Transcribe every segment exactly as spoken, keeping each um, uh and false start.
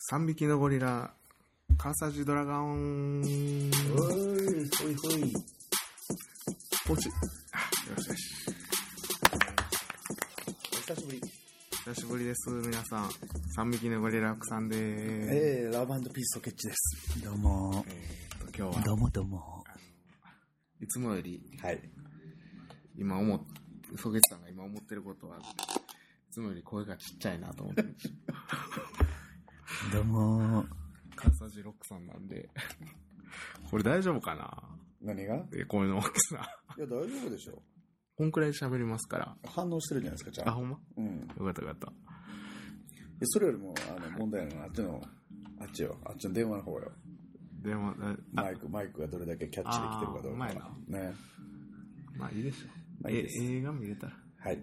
三匹のゴリラ、カサジドラゴン。 おい、ほいほい。 ポチ。よしよし。 お久しぶり。 久しぶりです、皆さん。三匹のゴリラ奥さんでーす。 えー、ラブ&ピーストケッチです。どうも。 えー、と今日はどうもどうも。 いつもより、 はい。 今思っ、ソゲッツさんが今思ってることは、いつもより声がちっちゃいなと思ってるんですよ。 どうも。 カサジロックさんなんで、これ大丈夫かな？ 何が？ え、声の大きさ。 いや、大丈夫でしょ。 こんくらい喋りますから。 反応してるじゃないですか、じゃあ。 あ、ほんま？ うん。 よかったよかった。 それよりも、あの、問題なのは、あっちの、あっちよ。あっちの電話の方よ。 電話、 マイク、マイクがどれだけキャッチできてるかどうか。ね。 まあいいでしょ。 まあいいです。 映画見れたら。 はい。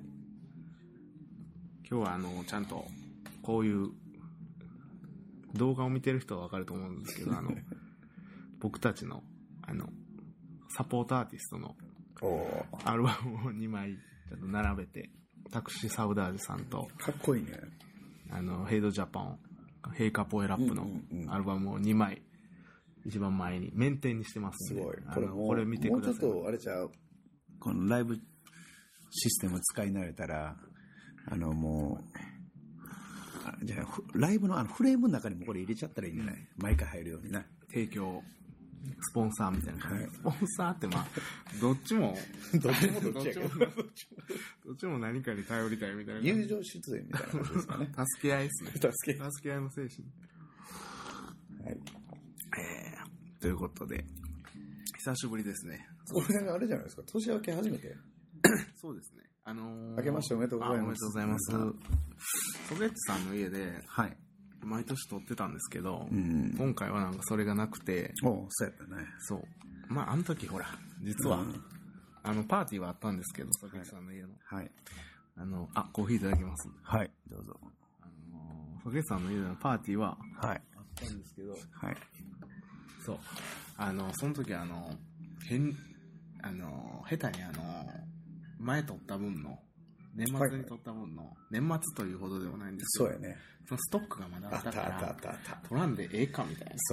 今日はあの、ちゃんと、こういう、動画を見てる人はわかると思うんですけど、あの、僕たちの、あの、サポートアーティストのアルバムをにまいちょっと並べて、タクシーサウダージさんと、 かっこいいね。 あの、ヘイドジャパン、ヘイカポエラップのアルバムをにまい、一番前に、面点にしてますんで、 すごい。これもこれ見てください。 もうちょっと、あれちゃう、このライブシステム使い慣れたら、あの、もう、じゃあ、ライブのあのフレームの中にもこれ入れちゃったらいいんじゃない？毎回入るようにな。 提供、スポンサーみたいな感じ、はい。スポンサーってまあ、どっちも、 どっちもどっちやけど、 どっちも何かに頼りたいみたいな。 友情出演みたいな感じですかね。 助け合いですね。 助け合い。 助け合いの精神。 はい。 えー、ということで、久しぶりですね。 これがあれじゃないですか、年明け初めて。 そうですね。あのー、 明けましておめでとうございます。 おめでとうございます。ソゲッツさんの家で、 はい。 毎年撮ってたんですけど、 うん、 今回はなんかそれがなくて、 おそうやったね。 そう。まあ、あの時ほら、実は、うん、あの、パーティーはあったんですけど、ソゲッツさんの家の。 はい。 あの、あ、コーヒーいただきます。 はい。どうぞ。 あのー、ソゲッツさんの家のパーティーは、 はい。 あったんですけど、はい。そう。あの、その時あの、変、あの、下手にあの、前撮った分の、年末に撮った分の、はいはい、年末というほどではないんですけど、 そうやね。 そのストックがまだあったから、 あったあったあった。 撮らんでええかみたいな。 そう。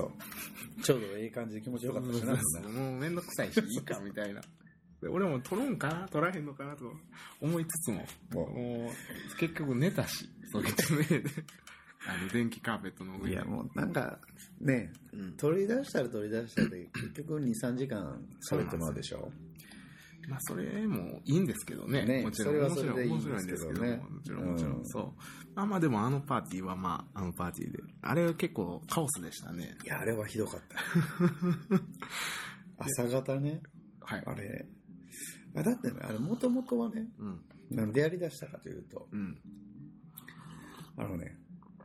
ちょうどええ感じで気持ちよかったしな。 もうめんどくさいし、いいかみたいな。で俺も撮るんかな撮らへんのかなと思いつつも、もう結局寝たし、そういう家で。あの電気カーペットの上に。 いやもうなんかね、うん、取り出したら取り出したで結局に、さんじかん喋ってもらうでしょ。 まあそれもいいんですけどね。 ね、 もちろん。 それはそれでいい面白いんですけどね。もちろんもちろん。うん、そう。まあまあでもあのパーティーはまああのパーティーで。あれは結構カオスでしたね。 いや、あれはひどかった。朝方ね。 はい。 あれ。だってね、あれもともとはね、うん、なんでやり出したかというと、うん、あのね、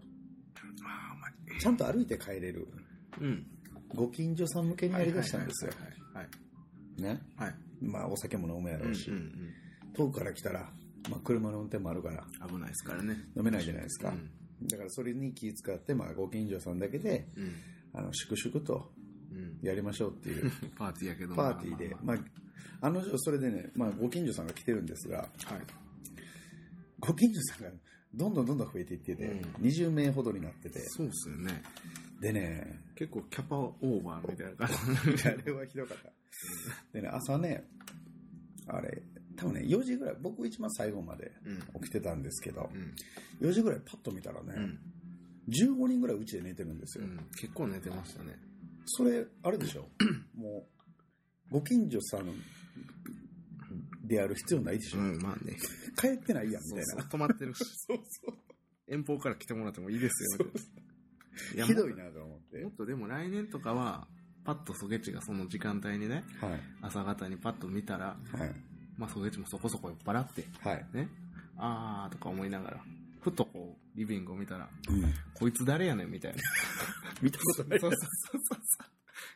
ちゃんと歩いて帰れる、うん、ご近所さん向けにやり出したんですよ。ね。はい。まあお酒も飲むやろうし、うんうんうん、遠くから来たら、まあ車の運転もあるから危ないですからね。 飲めないじゃないですか。うん、だからそれに気遣って、まあご近所さんだけで、うん、あの粛々とやりましょうっていう、うん、 パーティーやけど。 パーティーで、まああのそれでね、まあご近所さんが来てるんですが、はい、ご近所さんがどんどんどんどん増えていってて、うん、にじゅうめいほどになってて。 そうですよね。 でね、 結構キャパオーバーみたいな感じ。あれはひどかった。でね、朝ね、あれ、多分ね、よじぐらい、僕一番最後まで起きてたんですけど、うん、よじぐらいパッと見たらね、うん、じゅうごにんぐらいうちで寝てるんですよ。うん、 結構寝てましたね。 それ、あれでしょもう、ご近所さんでやる必要ないでしょ、うん、 まあね。 帰ってないやんみたいな。 そうそう、止まってるし。 そうそう。 遠方から来てもらってもいいですよ。 いやひどいなと思って。 もっとでも来年とかは、パッとソゲッチがその時間帯にね、はい、朝方にパッと見たら、はい、まあソゲッチもそこそこ酔っ払って、はい、ね、あーとか思いながら、ふとこう、リビングを見たら、うん、こいつ誰やねんみたいな。 見たことない。 そうそうそうそう。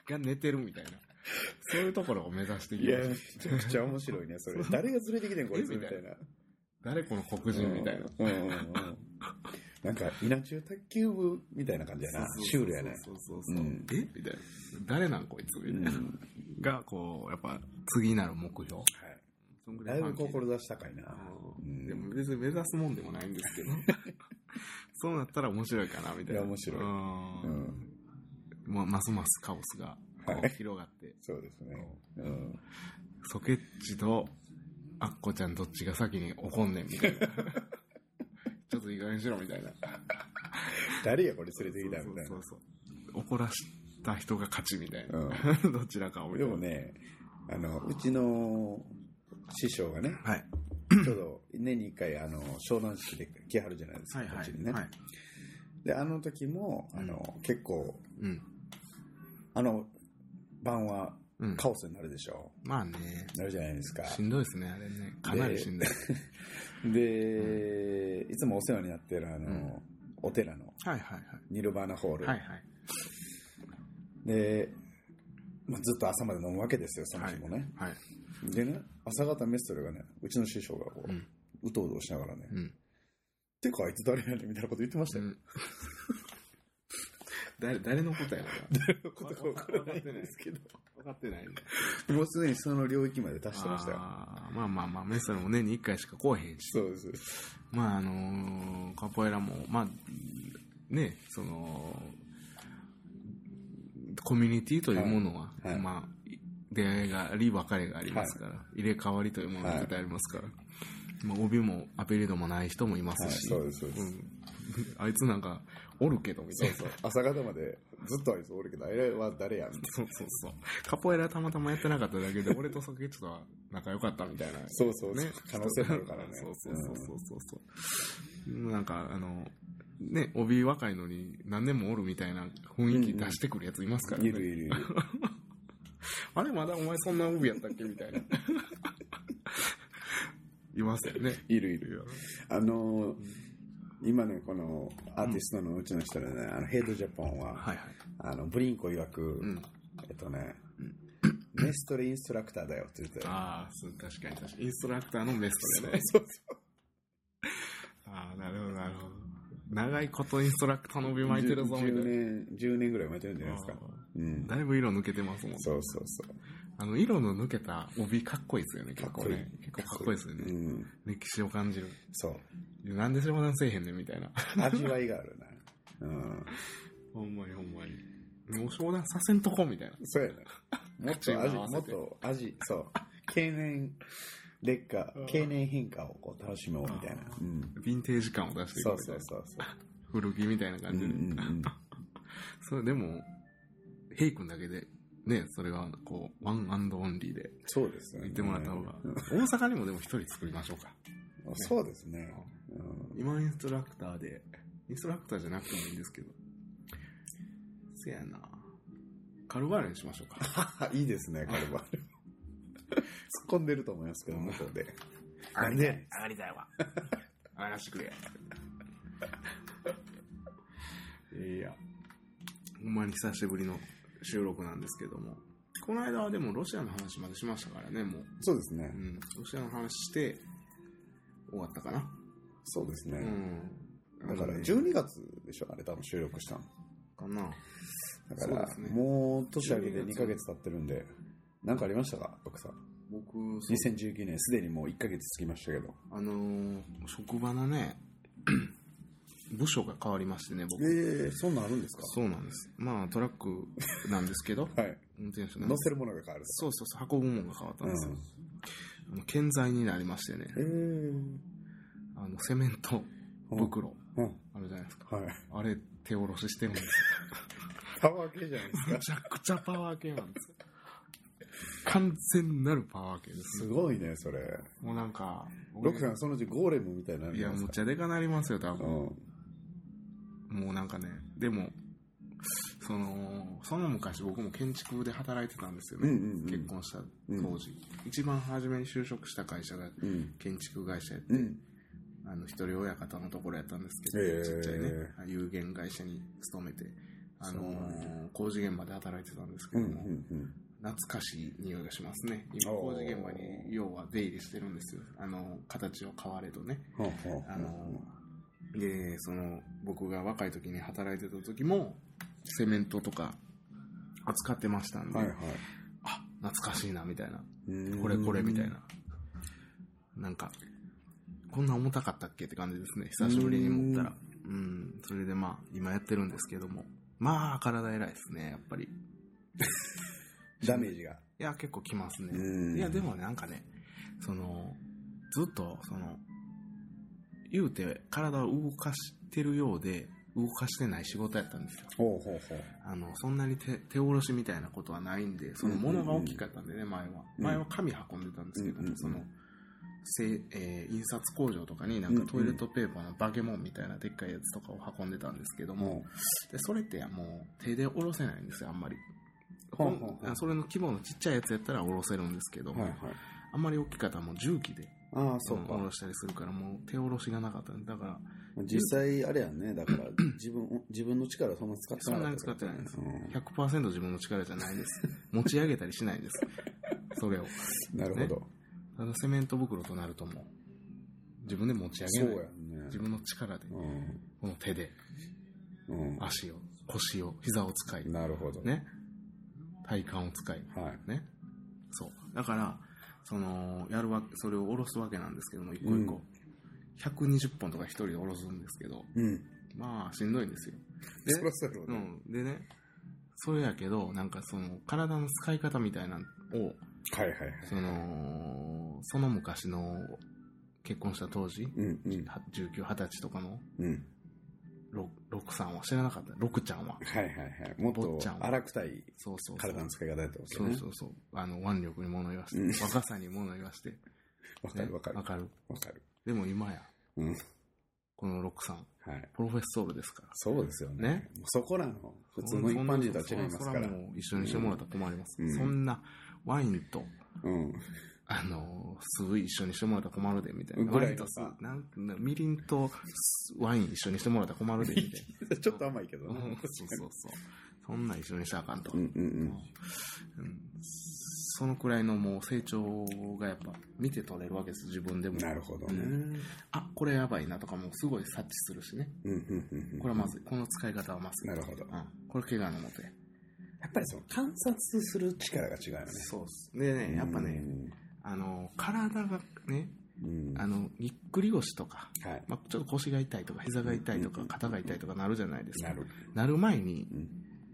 が寝てるみたいな。そういうところを目指していきます。いや、めちゃくちゃ面白いね、それ。誰が連れてきてんこいつみたいな。 誰この黒人みたいな。 うんうんうんうんなんか、稲中卓球部みたいな感じやな。シュールやね。 そうそうそう。うん、えみたいな。誰なんこいつみたいな。うん、が、こう、やっぱ、次なる目標。はい。 そんぐらいだいぶ志高いな、 うん、でも別に目指すもんでもないんですけどそうなったら面白いかなみたいな。いや面白い、うん、 まあ、ますますカオスが広がって、はい、 そうですね、うん、 ソケッチとアッコちゃんどっちが先に怒んねんみたいなちょっといい加減にしろみたいな誰やこれ連れてきたみたいな。 そうそうそう、怒らした人が勝ちみたいな、うん、どちらかをみたいな。 でもね、あのうちの師匠がね、 はい、 ちょうど年にいっかいあの湘南式で来はるじゃないですか、 はいはい、 こっちにね、 はい、 であの時もあの、うん、結構、 うん、あの晩はカオスになるでしょう、 うん、まあね、 なるじゃないですか。 しんどいですね、あれね、かなりしんどいで, で、うん、いつもお世話になってるあの、うん、お寺のニルバーナホール、 はいはい、 で、まあ、ずっと朝まで飲むわけですよ、その日もね、 はいはい、 でね、朝方メストレがね、うちの師匠がこう、うん、うとうとしながらね、 うん、 てかあいつ誰やねんみたいなこと言ってましたよ、うん、 誰, 誰のことやろな誰のことか分からないんですけど分かってないね。 もうすでにその領域まで達してましたよ。 あまあまあまあ、メストレも年にいっかいしか来おへんし、 そうです。 まああのー、カポエラもまあね、そのコミュニティというものは、はいはい、まあ出会いがあり別れがありますから、はい、入れ替わりというものが絶対ありますから、はい、まあ、帯もアペリードもない人もいますし、 はい、そうですそうです、うん、 あいつなんかおるけどみたいな、 そうそう、朝方までずっとあいつおるけどあれは誰やみたいな、 そうそうそう、カポエラたまたまやってなかっただけで俺とソケッチとは仲良かったみたいな、 そうそうそう、ね、可能性もあるからねそうそうそうそうそう、うん、なんかあのね、帯若いのに何年もおるみたいな雰囲気出してくるやついますからね、 うんうん、いるいるいるあれまだお前そんな帯やったっけみたいないますよね。 いるいるよ。あのー、今ねこのアーティストのうちの人でね、あのヘイドジャポンは、 はいはい、 あのブリンコ曰く、うん、えっとね、うん、メストレインストラクターだよって言ってたよ。 ああ、確かに確かにインストラクターのメストレね。 そうそうそう。 ああ、なるほどなるほど。長いことインストラクターの帯巻いてるぞみたいな。 じゅうねん、じゅうねんぐらい巻いてるんじゃないですか。 うん、だいぶ色抜けてますもんね。 そうそうそう。 あの、色の抜けた帯かっこいいですよね、結構ね。結構かっこいいですよね。うん、歴史を感じる。 そう。 なんで湘南せえへんねんみたいな。 味わいがあるな。うん。 ほんまにほんまに。もう湘南させんとこみたいな。 そうやね。もっと味、もっと味、そう。経年劣化、経年変化をこう楽しもうみたいな。うん。 ヴィンテージ感を出していくみたいな。 そうそうそう。 古着みたいな感じで。うんうんうん、それでも、ヘイ君だけで、ね、それはこうワンアンドオンリーでそうですね、 言ってもらった方が、大阪にもでも一人作りましょうか、 ね、そうですね、 うん、今インストラクターでインストラクターじゃなくてもいいんですけど、せやな、カルバーレにしましょうかいいですね、カルバーレ突っ込んでると思いますけど、向こうで上がりたい上がりたいわ上がらしてくれいやほんまに久しぶりの収録なんですけども、この間はでもロシアの話までしましたからね、もう。 そうですね。 うん。ロシアの話して終わったかな。 そうですね。 うん。 だからじゅうにがつでしょ、あれ多分収録したの。 かな。 だから、ね、もう年明けてにかげつ経ってるんで、何かありましたか、徳さん。 僕、 にせんじゅうきゅうねんすでにもういっかげつ過ぎましたけど。 あのー、職場のね、部署が変わりましてね、僕。 えー、そんなんあるんですか？ そうなんです。まあ、トラックなんですけど、 はい。 運転手なんです。乗せるものが変わる。 そうそうそう、運ぶものが変わったんですよ。うん、あの建材になりましてね、 えー、 あの、セメント袋、うん、あるじゃないですか。 はい。 あれ、手下ろししてるんですよ。 パワー系じゃないですか。 めちゃくちゃパワー系なんですよ。完全なるパワー系です、 ね。すごいね、それ。 もうなんか、 ロックさん、そのうちゴーレムみたいな。 いや、むっちゃでかなりますよ、多分。うんもうなんかね、でも、その、その昔僕も建築で働いてたんですよね。うんうんうん、結婚した当時、うん。一番初めに就職した会社が建築会社やって、うん、あの、一人親方のところやったんですけど、えー、ちっちゃいね、有限会社に勤めて、あのー、工事現場で働いてたんですけども、うんうんうん、懐かしい匂いがしますね。今工事現場に要は出入りしてるんですよ。あの、形を変われとね。あので、その、僕が若い時に働いてた時も、セメントとか扱ってましたんで、はいはい、あ、懐かしいな、みたいな。これこれ、みたいな。 なんか、こんな重たかったっけって感じですね。久しぶりに持ったら。うん,、うん。それでまあ、今やってるんですけども。まあ、体偉いですね、やっぱり。 ダメージが。 いや、結構きますね。いや、でもなんかね、その、ずっと、その、言うて体を動かしてるようで、動かしてない仕事やったんですよ。 ほうほうほう。 あの、そんなに 手, 手下ろしみたいなことはないんで、その物が大きかったんでね、前は。前は紙運んでたんですけど、うん、その、せえー、印刷工場とかになんかトイレットペーパーのバケモンみたいなでっかいやつとかを運んでたんですけども、うん、でそれってもう手で下ろせないんですよ、あんまり。ほうほうほう。それの規模のちっちゃいやつやったら下ろせるんですけども、はいはい、あんまり大きかったらもう重機でああそうか下ろしたりするからもう手下ろしがなかったんで、だから実際あれやんね、だから自分自分の力そんな使ってない、 そんなに使ってないんです、うん、ひゃくパーセント 自分の力じゃないです。持ち上げたりしないんですそれを。 なるほど、 ね、ただセメント袋となるともう自分で持ち上げない、 そうやんね、 自分の力で、うん、この手で、うん、足を腰を膝を使い、 なるほどね、体幹を使い、 はい、 ね、そうだからそのやるわけ、それを下ろすわけなんですけども、一個一個、うん、ひゃくにじゅっぽんとか一人で下ろすんですけど、 うん、 まあしんどいんですよ。で、 そろそろね、 うん、でね、それやけどなんかその体の使い方みたいなのを、 はいはいはい、 そのその昔の結婚した当時、 うんうん、 じゅうきゅう、はたちとかの、 うんロクさんは知らなかった。ロクちゃんは。 はいはいはい。もっと荒くたい体の使い方やってますよね。 そうそうそう。あの、腕力に物言わして、うん、若さに物言わして。 わかるわかる。 わかる。 わかる。 でも今や、 うん、 このロクさん、 はい、 プロフェッソールですから。 そうですよね。 ね、 そこらの普通の一般人とは違いますから。それはもう一緒にしてもらったら困ります。うん、そんなワインと、 うん、 あの、酢一緒にしてもらったら困るで、みたいな。 ぐらいとさ、 なんみりんとワイン一緒にしてもらったら困るで、みたいな。 ちょっと甘いけど、 ね。うん、そうそうそう。そんな一緒にしたらあかんと。 うんうんうんうん、そのくらいのもう成長がやっぱ見て取れるわけです、自分でも。 なるほどね。うん、 あ、これやばいなとかもすごい察知するしね。 うんうんうんうん、 これはまずい。この使い方はまずい。 なるほど。 うん、これ怪我のもとや。 やっぱりその観察する力が違うよね。 そうです。でね、やっぱね、あの、体がね、うん、あの、ぎっくり腰とか、 はい、 まあ、ちょっと腰が痛いとか、膝が痛いとか、うん、肩が痛いとかなるじゃないですか。 なる。 なる前に、うん、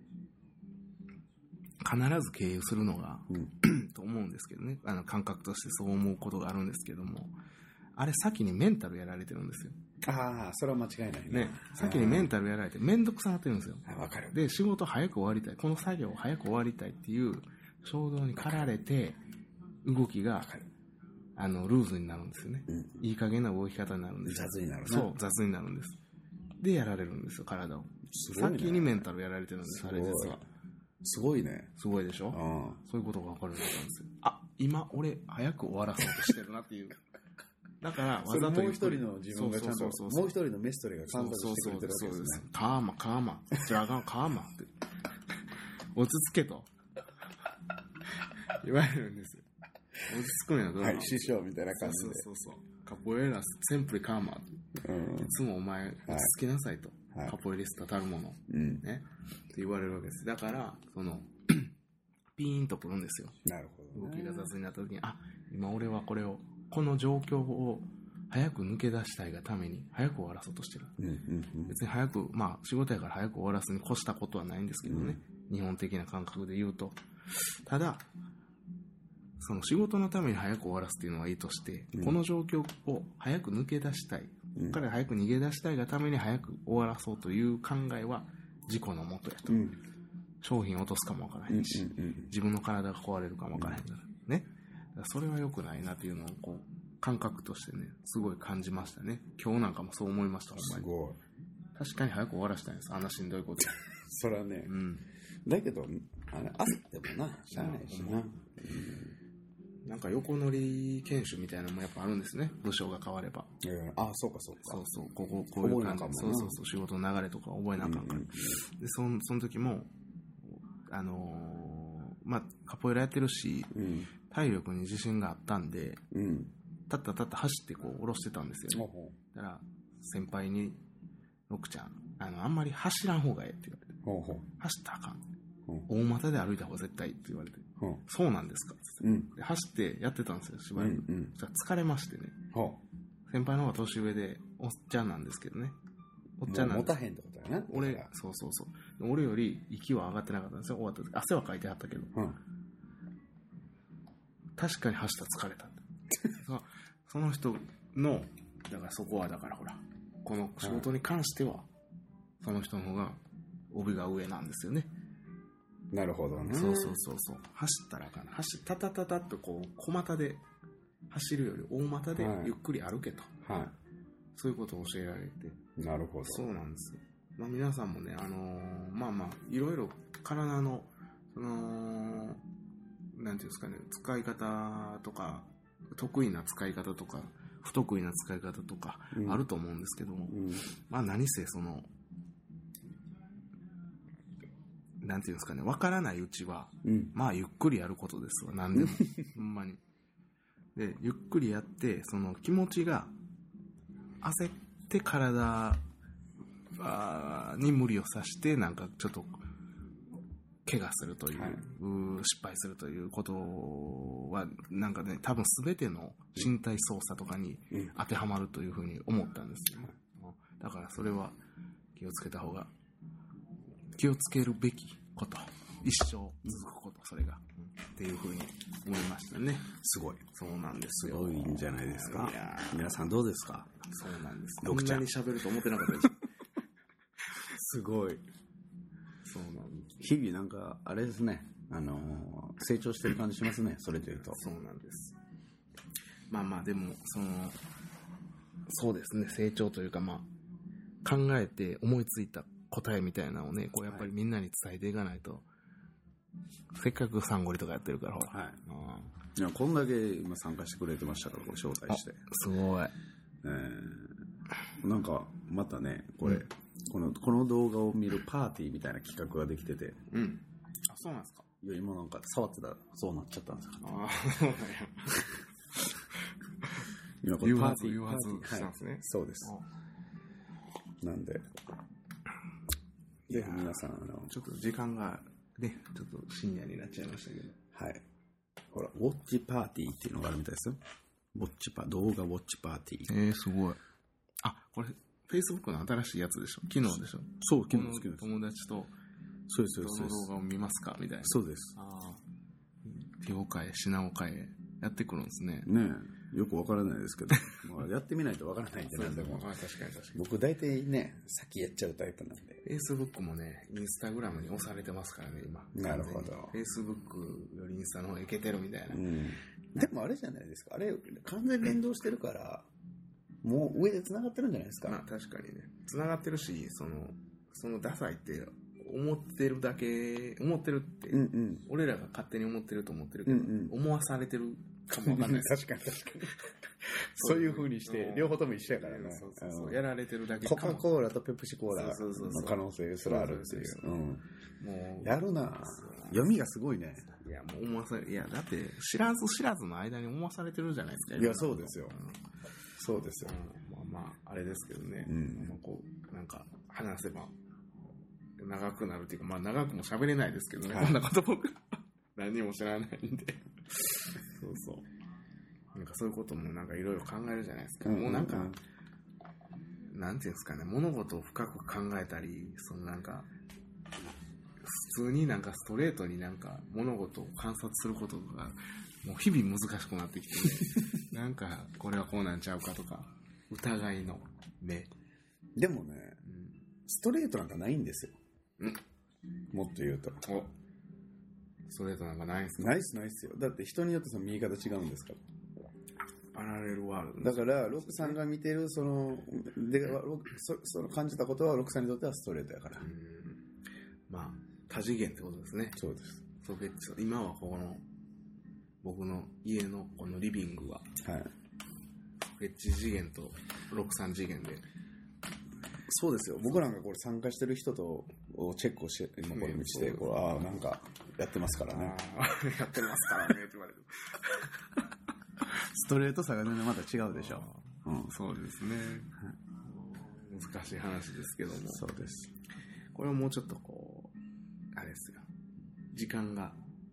必ず経由するのが、うん、と思うんですけどね。あの、感覚としてそう思うことがあるんですけども、あれ先にメンタルやられてるんですよ。 ああ、それは間違いないね。 ね。先にメンタルやられて、めんどくさなってるんですよ。 わかる。 で、仕事早く終わりたい。この作業を早く終わりたいっていう衝動に駆られて、動きが、あの、ルーズになるんですよね。うん、いい加減な動き方になるんです。 雑になるね。 そう、雑になるんです。で、やられるんですよ、体を。すごいね、先にメンタルやられてるんです、あれ実は。 すごいね。 すごいでしょ。 あそういうことが分かるようになったんですよ。あ、今、俺、早く終わらそうとしてるなっていう。だから、わざともう一人の自分がちゃんと、もう一人のメストレが観察してくれてるわけですね。そうそうそう。 カーマ、カーマ。じゃあかん、カーマって。落ち着けと。言われるんですよ。落ち着くんやどうはい、師匠みたいな感じで。 そうそうそう。カポエラス、センプリカーマって、うん。いつもお前、落ち着きなさいと。はい、カポエリスタたるもの。 うん。 ね。って言われるわけです。だから、その、ピーンとくるんですよ。 なるほど、 ね。動きが雑になった時に、あ、今俺はこれを、この状況を早く抜け出したいがために早く終わらそうとしてる。 うんうんうん、 別に早く、まあ仕事やから早く終わらすに越したことはないんですけどね。うん、日本的な感覚で言うと。ただ、その仕事のために早く終わらすっていうのはいいとして、うん、この状況を早く抜け出したい。うん、から早く逃げ出したいがために早く終わらそうという考えは自己のもとやと。うん、商品を落とすかもわからへんし、 うんうんうん、 自分の体が壊れるかもわからへんからね。それは良くないなっていうのをこう感覚としてねすごい感じましたね。今日なんかもそう思いました。ほんまにすごい。 確かに早く終わらしたいんです。あんなしんどいことそれはね、 うん、 だけどあれ焦ってもなしゃあないしな、うん、 なんか横乗り研修みたいなのもやっぱあるんですね。部署が変われば、 えー、ああそうかそうかそうそうこここういう感じ、そうそうそう仕事の流れとか覚えなあかんから、うんうん、でそのその時もあのー、まあカポエラやってるし、 うん、体力に自信があったんで、 うん、 たったたった走ってこう下ろしてたんですよ、ね、だから先輩にロクちゃんあのあんまり走らん方がええって言われて、 ほうほう走ったらあかん、大股で歩いた方が絶対って言われて、 うん、 そうなんですかって、うん、で走ってやってたんですよ、しばらく。うんうん、そしたら疲れましてね。先輩の方が年上で、おっちゃんなんですけどね。おっちゃんなんです。 持たへんってことやな。 俺、そうそうそう。俺より息は上がってなかったんですよ、終わった時。汗はかいてはったけど。うん、確かに走ったら疲れた。その人の、だからそこはだからほら、この仕事に関しては、その人の方が帯が上なんですよね。 なるほどね。 そうそうそうそう。走ったらあかん。走ったたたたっとこう小股で走るより大股でゆっくり歩けと。はい。そういうことを教えられて。 なるほど。 そうなんですよ。まあ皆さんもね、あのー、まあまあいろいろ体のそのなんていうんですかね、使い方とか得意な使い方とか不得意な使い方とかあると思うんですけども、うんうん、まあ何せそのなんていうんですかね、わからないうちは、うん、まあゆっくりやることですわ、何でも。ほんまに。で、ゆっくりやって、その気持ちが焦って体に無理をさして、なんかちょっと怪我するという、はい、失敗するということは、なんかね、多分全ての身体操作とかに当てはまるというふうに思ったんですよ。うん、だからそれは気をつけた方が、気をつけるべきこと、一生続くこと、それが、うん、っていうふうに思いましたね。 すごい。 そうなんですよ。 すごいんじゃないですか。いや皆さんどうですか。 そうなんです。こんなに喋ると思ってなかったです。 すごい。 そうなんです。 日々なんかあれですね。あのー、成長してる感じしますね。それでいうと。 そうなんです。まあまあでもそのそうですね。成長というかまあ考えて思いついた答えみたいなのをね、こうやっぱりみんなに伝えていかないと、はい、せっかくサンゴリとかやってるから、ほら。はい。 いや、こんだけ今参加してくれてましたから、これ招待して。 すごい。 えー、なんか、またね、これ、うん、この、この動画を見るパーティーみたいな企画ができてて。 うん。あ、そうなんですか。 いや、今なんか触ってたらそうなっちゃったんですよ。ああ、そうなんや。今これパーティー。 誘発したんですね。 はい、そうです。なんで。ぜひ皆さん、あの、 ちょっと時間がね、ちょっと深夜になっちゃいましたけど。 はい。ほら、ウォッチパーティーっていうのがあるみたいですよ。ウォッチパ、動画ウォッチパーティー。 えー、すごい。あ、これ、Facebook の新しいやつでしょ。昨日でしょ。 そう、昨日です。 友達と、 そうです、そうです。 どの動画を見ますかみたいな。 そうです。 ああ。手を変え、品を変え、やってくるんですね。 ねえ。よくわからないですけど、まあやってみないとわからないんで、なんでも。 あ、確かに確かに。 僕大体ね、先やっちゃうタイプなんで。 Facebook もね、インスタグラムに押されてますからね、今。 なるほど。 Facebook よりインスタの方がいけてるみたいな。うん。 でもあれじゃないですか。あれ、完全に連動してるから、もう上で繋がってるんじゃないですか。 まあ確かにね。繋がってるし、その、そのダサいって思ってるだけ、思ってるって、うんうん、俺らが勝手に思ってると思ってるけど、うんうん、思わされてるかもわかんない確かに確かに。そういう風にして、両方とも一緒やからね。 そうそうそう。やられてるだけかも。コカ・コーラとペプシコーラの可能性すらあるっていう。もう、やるな読みがすごいね。 いや、もう思わされ、いや、だって、知らず知らずの間に思わされてるじゃないですか。 いや、そうですよ。そうですよ。 まあまあ、あれですけどね。うん、まあこう、なんか、話せば、長くなるっていうか、まあ長くも喋れないですけどね。はい、こんなこと僕、何も知らないんで。そうそう。なんかそういうこともなんかいろいろ考えるじゃないですか。うんうんうん、もうなんか、なんていうんですかね、物事を深く考えたり、そのなんか、普通になんかストレートになんか物事を観察することが、もう日々難しくなってきて、ね、なんかこれはこうなんちゃうかとか、疑いの目。 でもね、うん、ストレートなんかないんですよ。うん、もっと言うと。お、 ストレートなんかないんすか？ ないっすないっすよ。だって人によってその見え方違うんですから。 パラレルワールド。だから、ロックさんが見てる、その、で、そ, その感じたことは、ロックさんにとってはストレートやから。うん、 まあ、多次元ってことですね。 そうです。 そう別今はこの、僕の家のこのリビングは、はい。エッジ次元とろくじゅうさん次元で。 そうですよ。僕なんかこれ参加してる人とチェックをして、今これ見して、これ、ああ、なんかやってますからね。 やってますからね、って言われる。 ストレートさが全然また違うでしょ。 うん、そうですね。難しい話ですけども。 そうです。 これをもうちょっとこう、あれですよ。時間が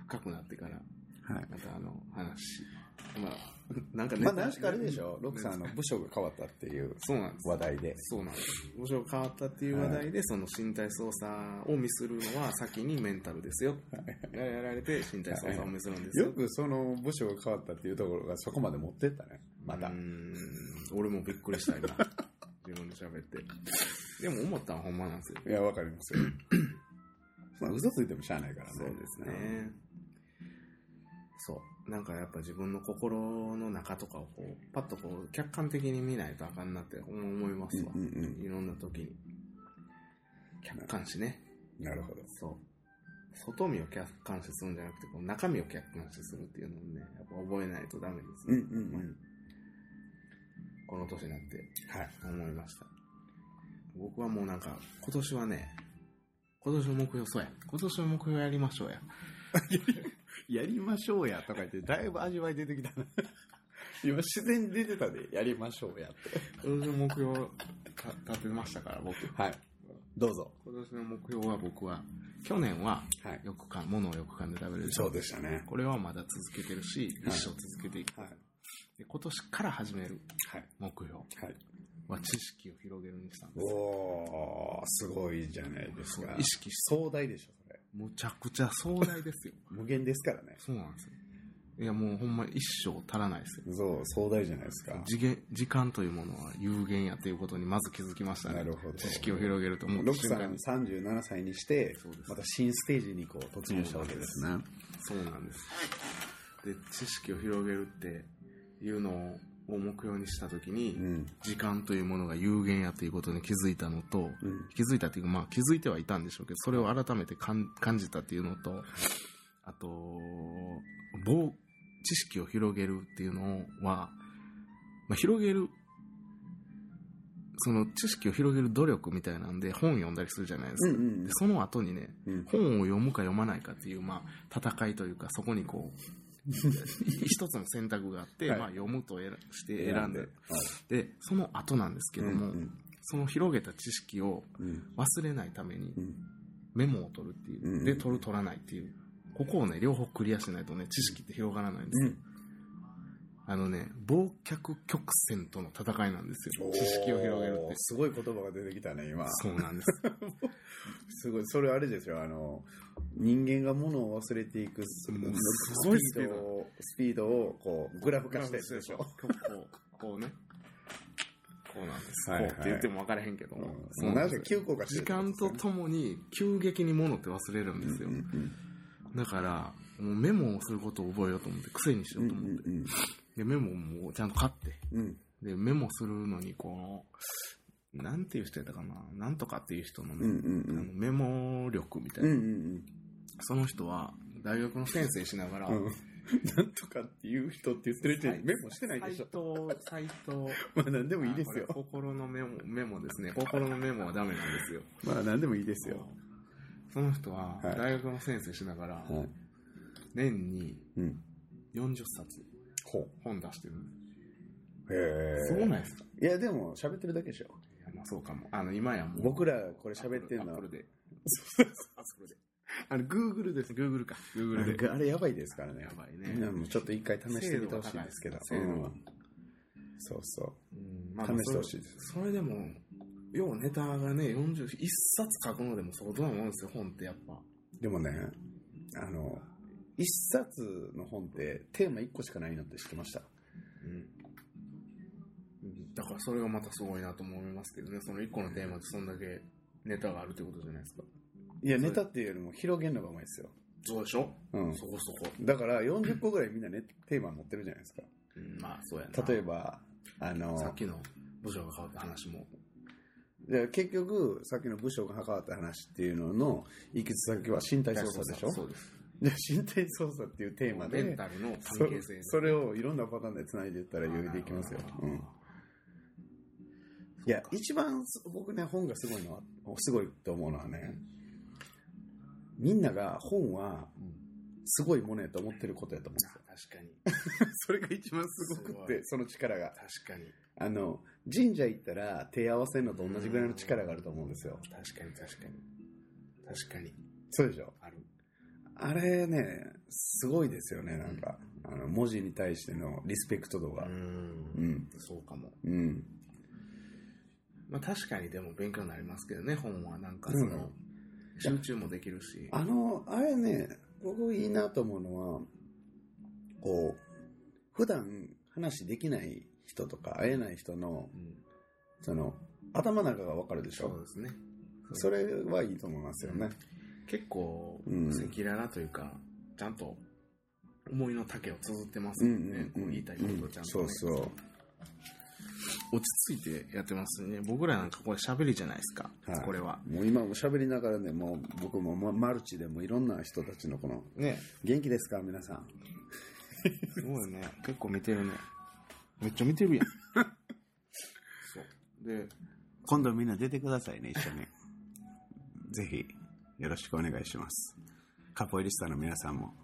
深くなってから、 はい、 またあの話、まあ、なんかね、まあ、何しかあれでしょ、ロクさんの部署が変わったっていう話題で。 そうなんです。部署が変わったっていう話題で、はい、その身体操作をミスるのは先にメンタルですよ。やられて身体操作をミスるんですよ。 よくその部署が変わったっていうところがそこまで持ってったね、また。うーん、俺もびっくりした今。自分で喋って。でも思ったのはほんまなんですよ。 いや、わかりますよ。まあ、嘘ついてもしゃあないからね。 そうですね。そう。なんかやっぱ自分の心の中とかをこう、パッとこう、客観的に見ないとあかんなって思いますわ。うんうんうん、いろんな時に。客観視ね。 なるほど。 そう。外見を客観視するんじゃなくて、こう中身を客観視するっていうのをね、やっぱ覚えないとダメですね。うんうんうん。この年になって、はい、思いました。僕はもうなんか、今年はね、今年の目標、そうや。今年の目標やりましょうや。 やりましょうやとか言って、だいぶ味わい出てきたな。今自然に出てたで、やりましょうやって。 今年の目標立てましたから、僕。 はい。どうぞ。 今年の目標は僕は、去年は、よくかん、物をよく噛んで食べれる。 そうでしたね。 これはまだ続けてるし、一生続けていく。はい、で今年から始める目標。はい。は知識を広げるにしたんです。 おー、すごいじゃないですか。 意識壮大でしょ、それ。 むちゃくちゃ壮大ですよ。 無限ですからね。 そうなんですよ。いや、もうほんま一生足らないですよ。 そう、壮大じゃないですか。 時限、時間というものは有限やということにまず気づきましたね。 なるほど。 知識を広げると思う。 ロクさんさんじゅうななさいにして、また新ステージにこう突入したわけですね。 そうなんです。で、知識を広げるっていうのを、を目標にしたときに、うん、時間というものが有限やということに気づいたのと、うん、気づいたというか、まあ気づいてはいたんでしょうけど、それを改めて感じたっていうのと、あと、知識を広げるっていうのは、まあ、広げる、その知識を広げる努力みたいなんで本読んだりするじゃないですか。うんうん、でその後にね、うん、本を読むか読まないかっていう、まあ、戦いというか、そこにこう、一つの選択があって、はい、まあ、読むとして選んで、はい、でその後なんですけども、うんうん、その広げた知識を忘れないためにメモを取るっていう、うん、で取る取らないっていう、ここをね両方クリアしないとね知識って広がらないんですよ、うん、あのね忘却曲線との戦いなんですよ、知識を広げるって。 すごい言葉が出てきたね今。 そうなんですすごい、それあれですよ、あの人間が物を忘れていくスピードをスピードをこうグラフ化したやつでしょ。こうこうね、こうなんです。はいはい、こうって言っても分からへんけども、 うん、なんか急降下してる、時間とともに急激に物って忘れるんですよ。うんうんうん、だからもうメモをすることを覚えようと思って癖にしようと思って、うんうんうん、でメモもちゃんと買って、うん、でメモするのにこう。なんていう人やったかな、なんとかっていう人の、ね、うんうんうん、あのメモ力みたいな、うんうんうん、その人は大学の先生しながら、うん、 なんとかっていう人って言ってる人にメモしてないでしょ。サイト、サイト。 まあ何でもいいですよ。 心のメモ、メモですね。心のメモはダメなんですよ。 まあ何でもいいですよ。 その人は大学の先生しながら、はい、年によんじゅっさつ本出してるんです。 へー。そうないですか？ いやでも喋ってるだけでしょ。 まあ、そうかも。あの今やもう僕らこれ喋ってんの。 アップルで。そうそう。あれ Google です。Google か。Google で。 あれやばいですからね。 やばいね。 もうちょっと一回試してみてほしいんですけど。 精度は。 そうそう。 うん、まあ、 試してほしいです。 それでもようネタがねよんじゅういっさつ書くのでも相当なもんですよ、本ってやっぱ。 でもね、あのいっさつの本ってテーマいっこしかないのって知ってました？うん。 だからそれがまたすごいなと思いますけどね。そのいっこのテーマってそんだけネタがあるってことじゃないですか。 いや、ネタっていうよりも広げるのがうまいですよ。 そうでしょ？ うん。 そこそこ。 だからよんじゅっこぐらいみんなね、テーマ持ってるじゃないですか。 うん、まあそうやな。 例えば、あの、 さっきの部署が変わった話も。 で結局、さっきの部署が関わった話っていうのの行き先は身体操作でしょ？ そうです。 で身体操作っていうテーマで、 メンタルの関係性。 そ, それをいろんなパターンで繋いでいったら余裕でいきますよ。うん。いや、一番僕ね、本がすごいのは、すごいと思うのはね、みんなが本はすごいものやと思ってることやと思うんですよ。確かに。 それが一番すごくって、その力が。 確かに。 あの、神社行ったら手合わせるのと同じぐらいの力があると思うんですよ。 確かに確かに。確かに。 そうでしょ。 ある。 あれね、すごいですよね、なんか。うん、あの文字に対してのリスペクト度が。うん。 うん。そうかも。うん。まあ確かにでも勉強になりますけどね、本は。なんかその、うん、集中もできるし。 あの、あれね、僕いいなと思うのは、こう、普段話できない人とか会えない人の、うん、その、頭の中がわかるでしょ。 そうですね。 それはいいと思いますよね。 うん、結構、赤裸々というか、ちゃんと思いの丈を綴ってますよね。うんうんうん、こう言いたいことをちゃんと、ね、 うん。そうそう。 落ち着いてやってますね。僕らなんかこれ喋りじゃないですか。はい、これは。 もう今も喋りながらね、もう僕もマルチでもいろんな人たちのこの、ね、元気ですか皆さん。 すごいね。結構見てるね。めっちゃ見てるやん。そう。で、 今度みんな出てくださいね、一緒に。ぜひ、よろしくお願いします。カポエリスタの皆さんも。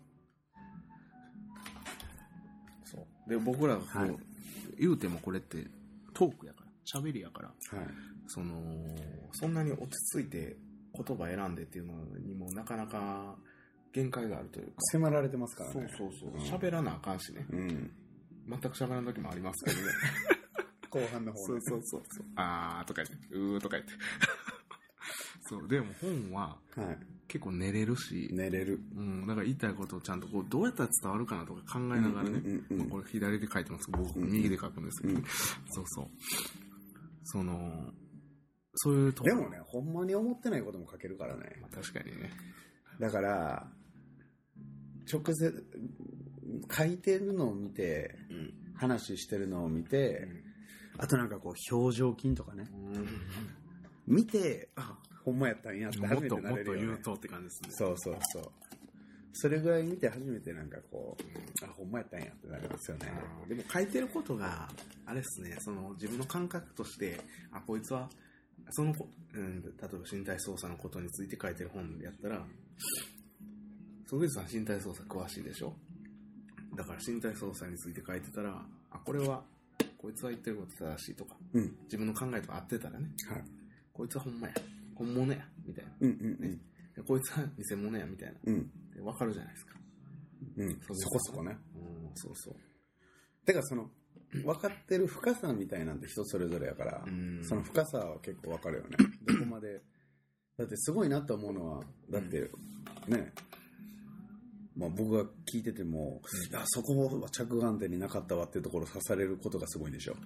そう。で、僕らがこう、はい、言うてもこれってトークやから、喋りやから、はい、その、そんなに落ち着いて言葉選んでっていうのにもなかなか限界があるというか。 迫られてますからね。 そうそうそう。喋、うん、らなあかんしね。うん。全く喋らん時もありますけどね。 後半の方ね。そうそうそう。あーとか言って、うーとか言って。そう、でも本は、結構寝れるし、 寝れる。 うん、だから言いたいことをちゃんとこう、どうやったら伝わるかなとか考えながらね、うんうんうん、これ左で書いてますけど、僕右で書くんですけど、うん、そうそう。その、そういうところ。でもね、ほんまに思ってないことも書けるからね。 まあ、確かにね。 だから、直接、書いてるのを見て、うん、話してるのを見て、うん、あとなんかこう、表情筋とかね。うん、見て、あ、ほんまやったんやって初めてなれるよ、ね、 もっともっと言うとって感じですね。 そうそうそう。それぐらい見て初めてなんかこう、あ、ほんまやったんやってなるんですよね。 でも書いてることが、あれですね、その自分の感覚として、あ、こいつは、その、うん、例えば身体操作のことについて書いてる本でやったら、曽口さん身体操作詳しいでしょ？だから身体操作について書いてたら、あ、これは、こいつは言ってること正しいとか、うん、自分の考えと合ってたらね、はい、こいつはほんまや。本物やみたいな、うんうんうんね、こいつは偽物やみたいな、うん、分かるじゃないですか、 うん、そこそこね、 うん、そうそうてかその分かってる深さみたいなんて人それぞれやから、うん、その深さは結構分かるよねどこまでだってすごいなと思うのはだってね、まあ、僕が聞いてても、うん、いやそこは着眼点になかったわっていうところを刺されることがすごいんでしょ。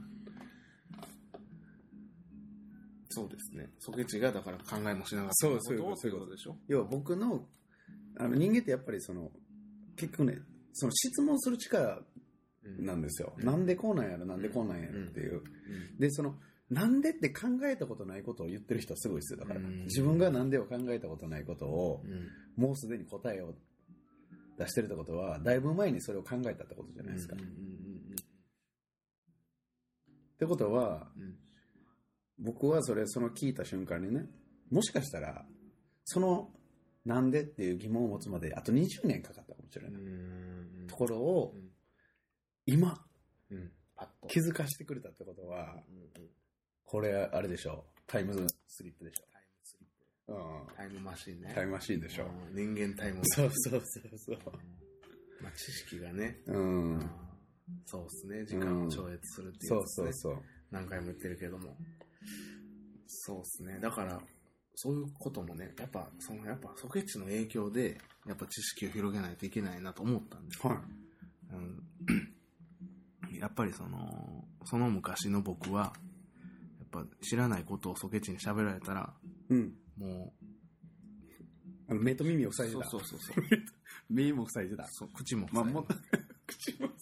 そうですね。ソケチがだから考えもしながらそうそういうことでしょ。 要は僕のあの人間ってやっぱりその結局ねその質問する力なんですよ。うん、なんでこうなんやろなんでこうなんやろっていう。うんうん、でそのなんでって考えたことないことを言ってる人はすごいですよ。だから、うん、自分がなんでを考えたことないことを、うん、もうすでに答えを出してるってことはだいぶ前にそれを考えたってことじゃないですか。うんうんうんうん、ってことは。うん僕はそれその聞いた瞬間にねもしかしたらそのなんでっていう疑問を持つまであとにじゅうねんかかったかもしれないところを今、うん、パッと気づかしてくれたってことは、うんうん、これあれでしょタイムスリップでしょタイムスリップ、うん、タイムマシンねタイムマシンでしょ人間タイムマシンそうそうそうそう、 うんまあ、知識がね、 うん、 そうですね時間を超越するっていう、ねうん、 そうそうそう何回も言ってるけどもそうですね。だから、そういうこともね、やっぱ、その、やっぱ、ソケッチの影響で、やっぱ知識を広げないといけないなと思ったんです。はい。うん、やっぱりその、その昔の僕は、やっぱ知らないことをソケッチに喋られたら、うん。もう、あの目と耳を塞いでた。 そうそうそうそう。 目も塞いでた。 そう、口も塞いでた。まあ、も口も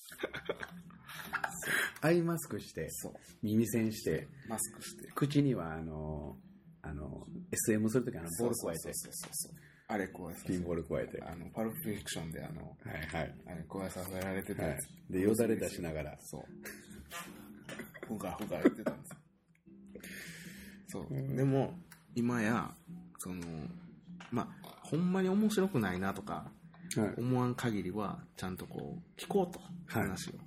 アイマスクして耳栓してマスクして口にはあのあの エスエム するときあのボール加えてそうそうそうそうあれ加えてピンボール加えてあのパルプフィクションであのはいはいあれ加えさせられてたやつ、 はい、でよだれ出しながらそうふがふが言ってたんですそう、うん、でも今やそのまあほんまに面白くないなとか、はい、思わん限りはちゃんとこう聞こうと話を、はい、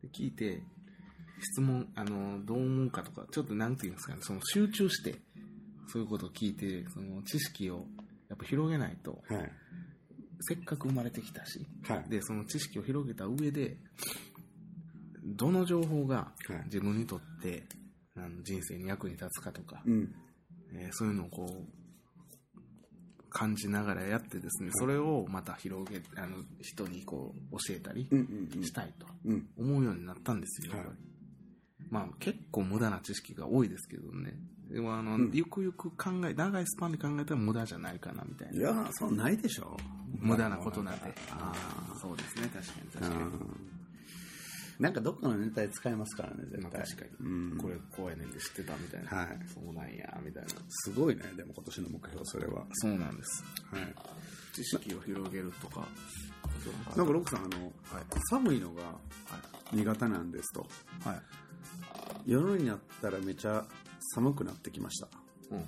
で聞いて質問あのどう思うかとかちょっとなんていうんですかねその集中してそういうことを聞いてその知識をやっぱ広げないと、はい、 せっかく生まれてきたし、 はい、 でその知識を広げた上でどの情報が自分にとって、はい、あの人生に役に立つかとか、うんえー、そういうのをこう感じながらやってですね、はい、それをまた広げあの人にこう教えたりしたいと思うようになったんですよ、うんうんうん、まあ結構無駄な知識が多いですけどね。でもあの、うん、ゆくゆく考え長いスパンで考えたら無駄じゃないかなみたいな。 いやそうないでしょ、 無駄なことなんて。ああそうですね、確かに確かに。 なんかどっかのネタで使えますからね絶対。 まあ、確かに、うん、これこうやねんで知ってたみたいな、はい、そうなんやみたいな。 すごいね。でも今年の目標それは。 そうなんです、はい、知識を広げるとか。 なんかロックさんあの、はい、寒いのが苦手なんですと、はい、夜になったらめちゃ寒くなってきました、うん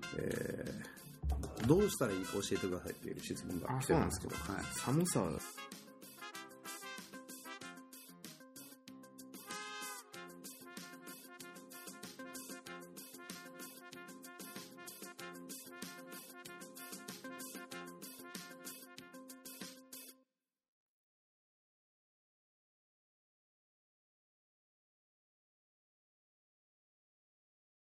えー、どうしたらいいか教えてくださいっていう質問が来てるんですけど、はい、 寒さ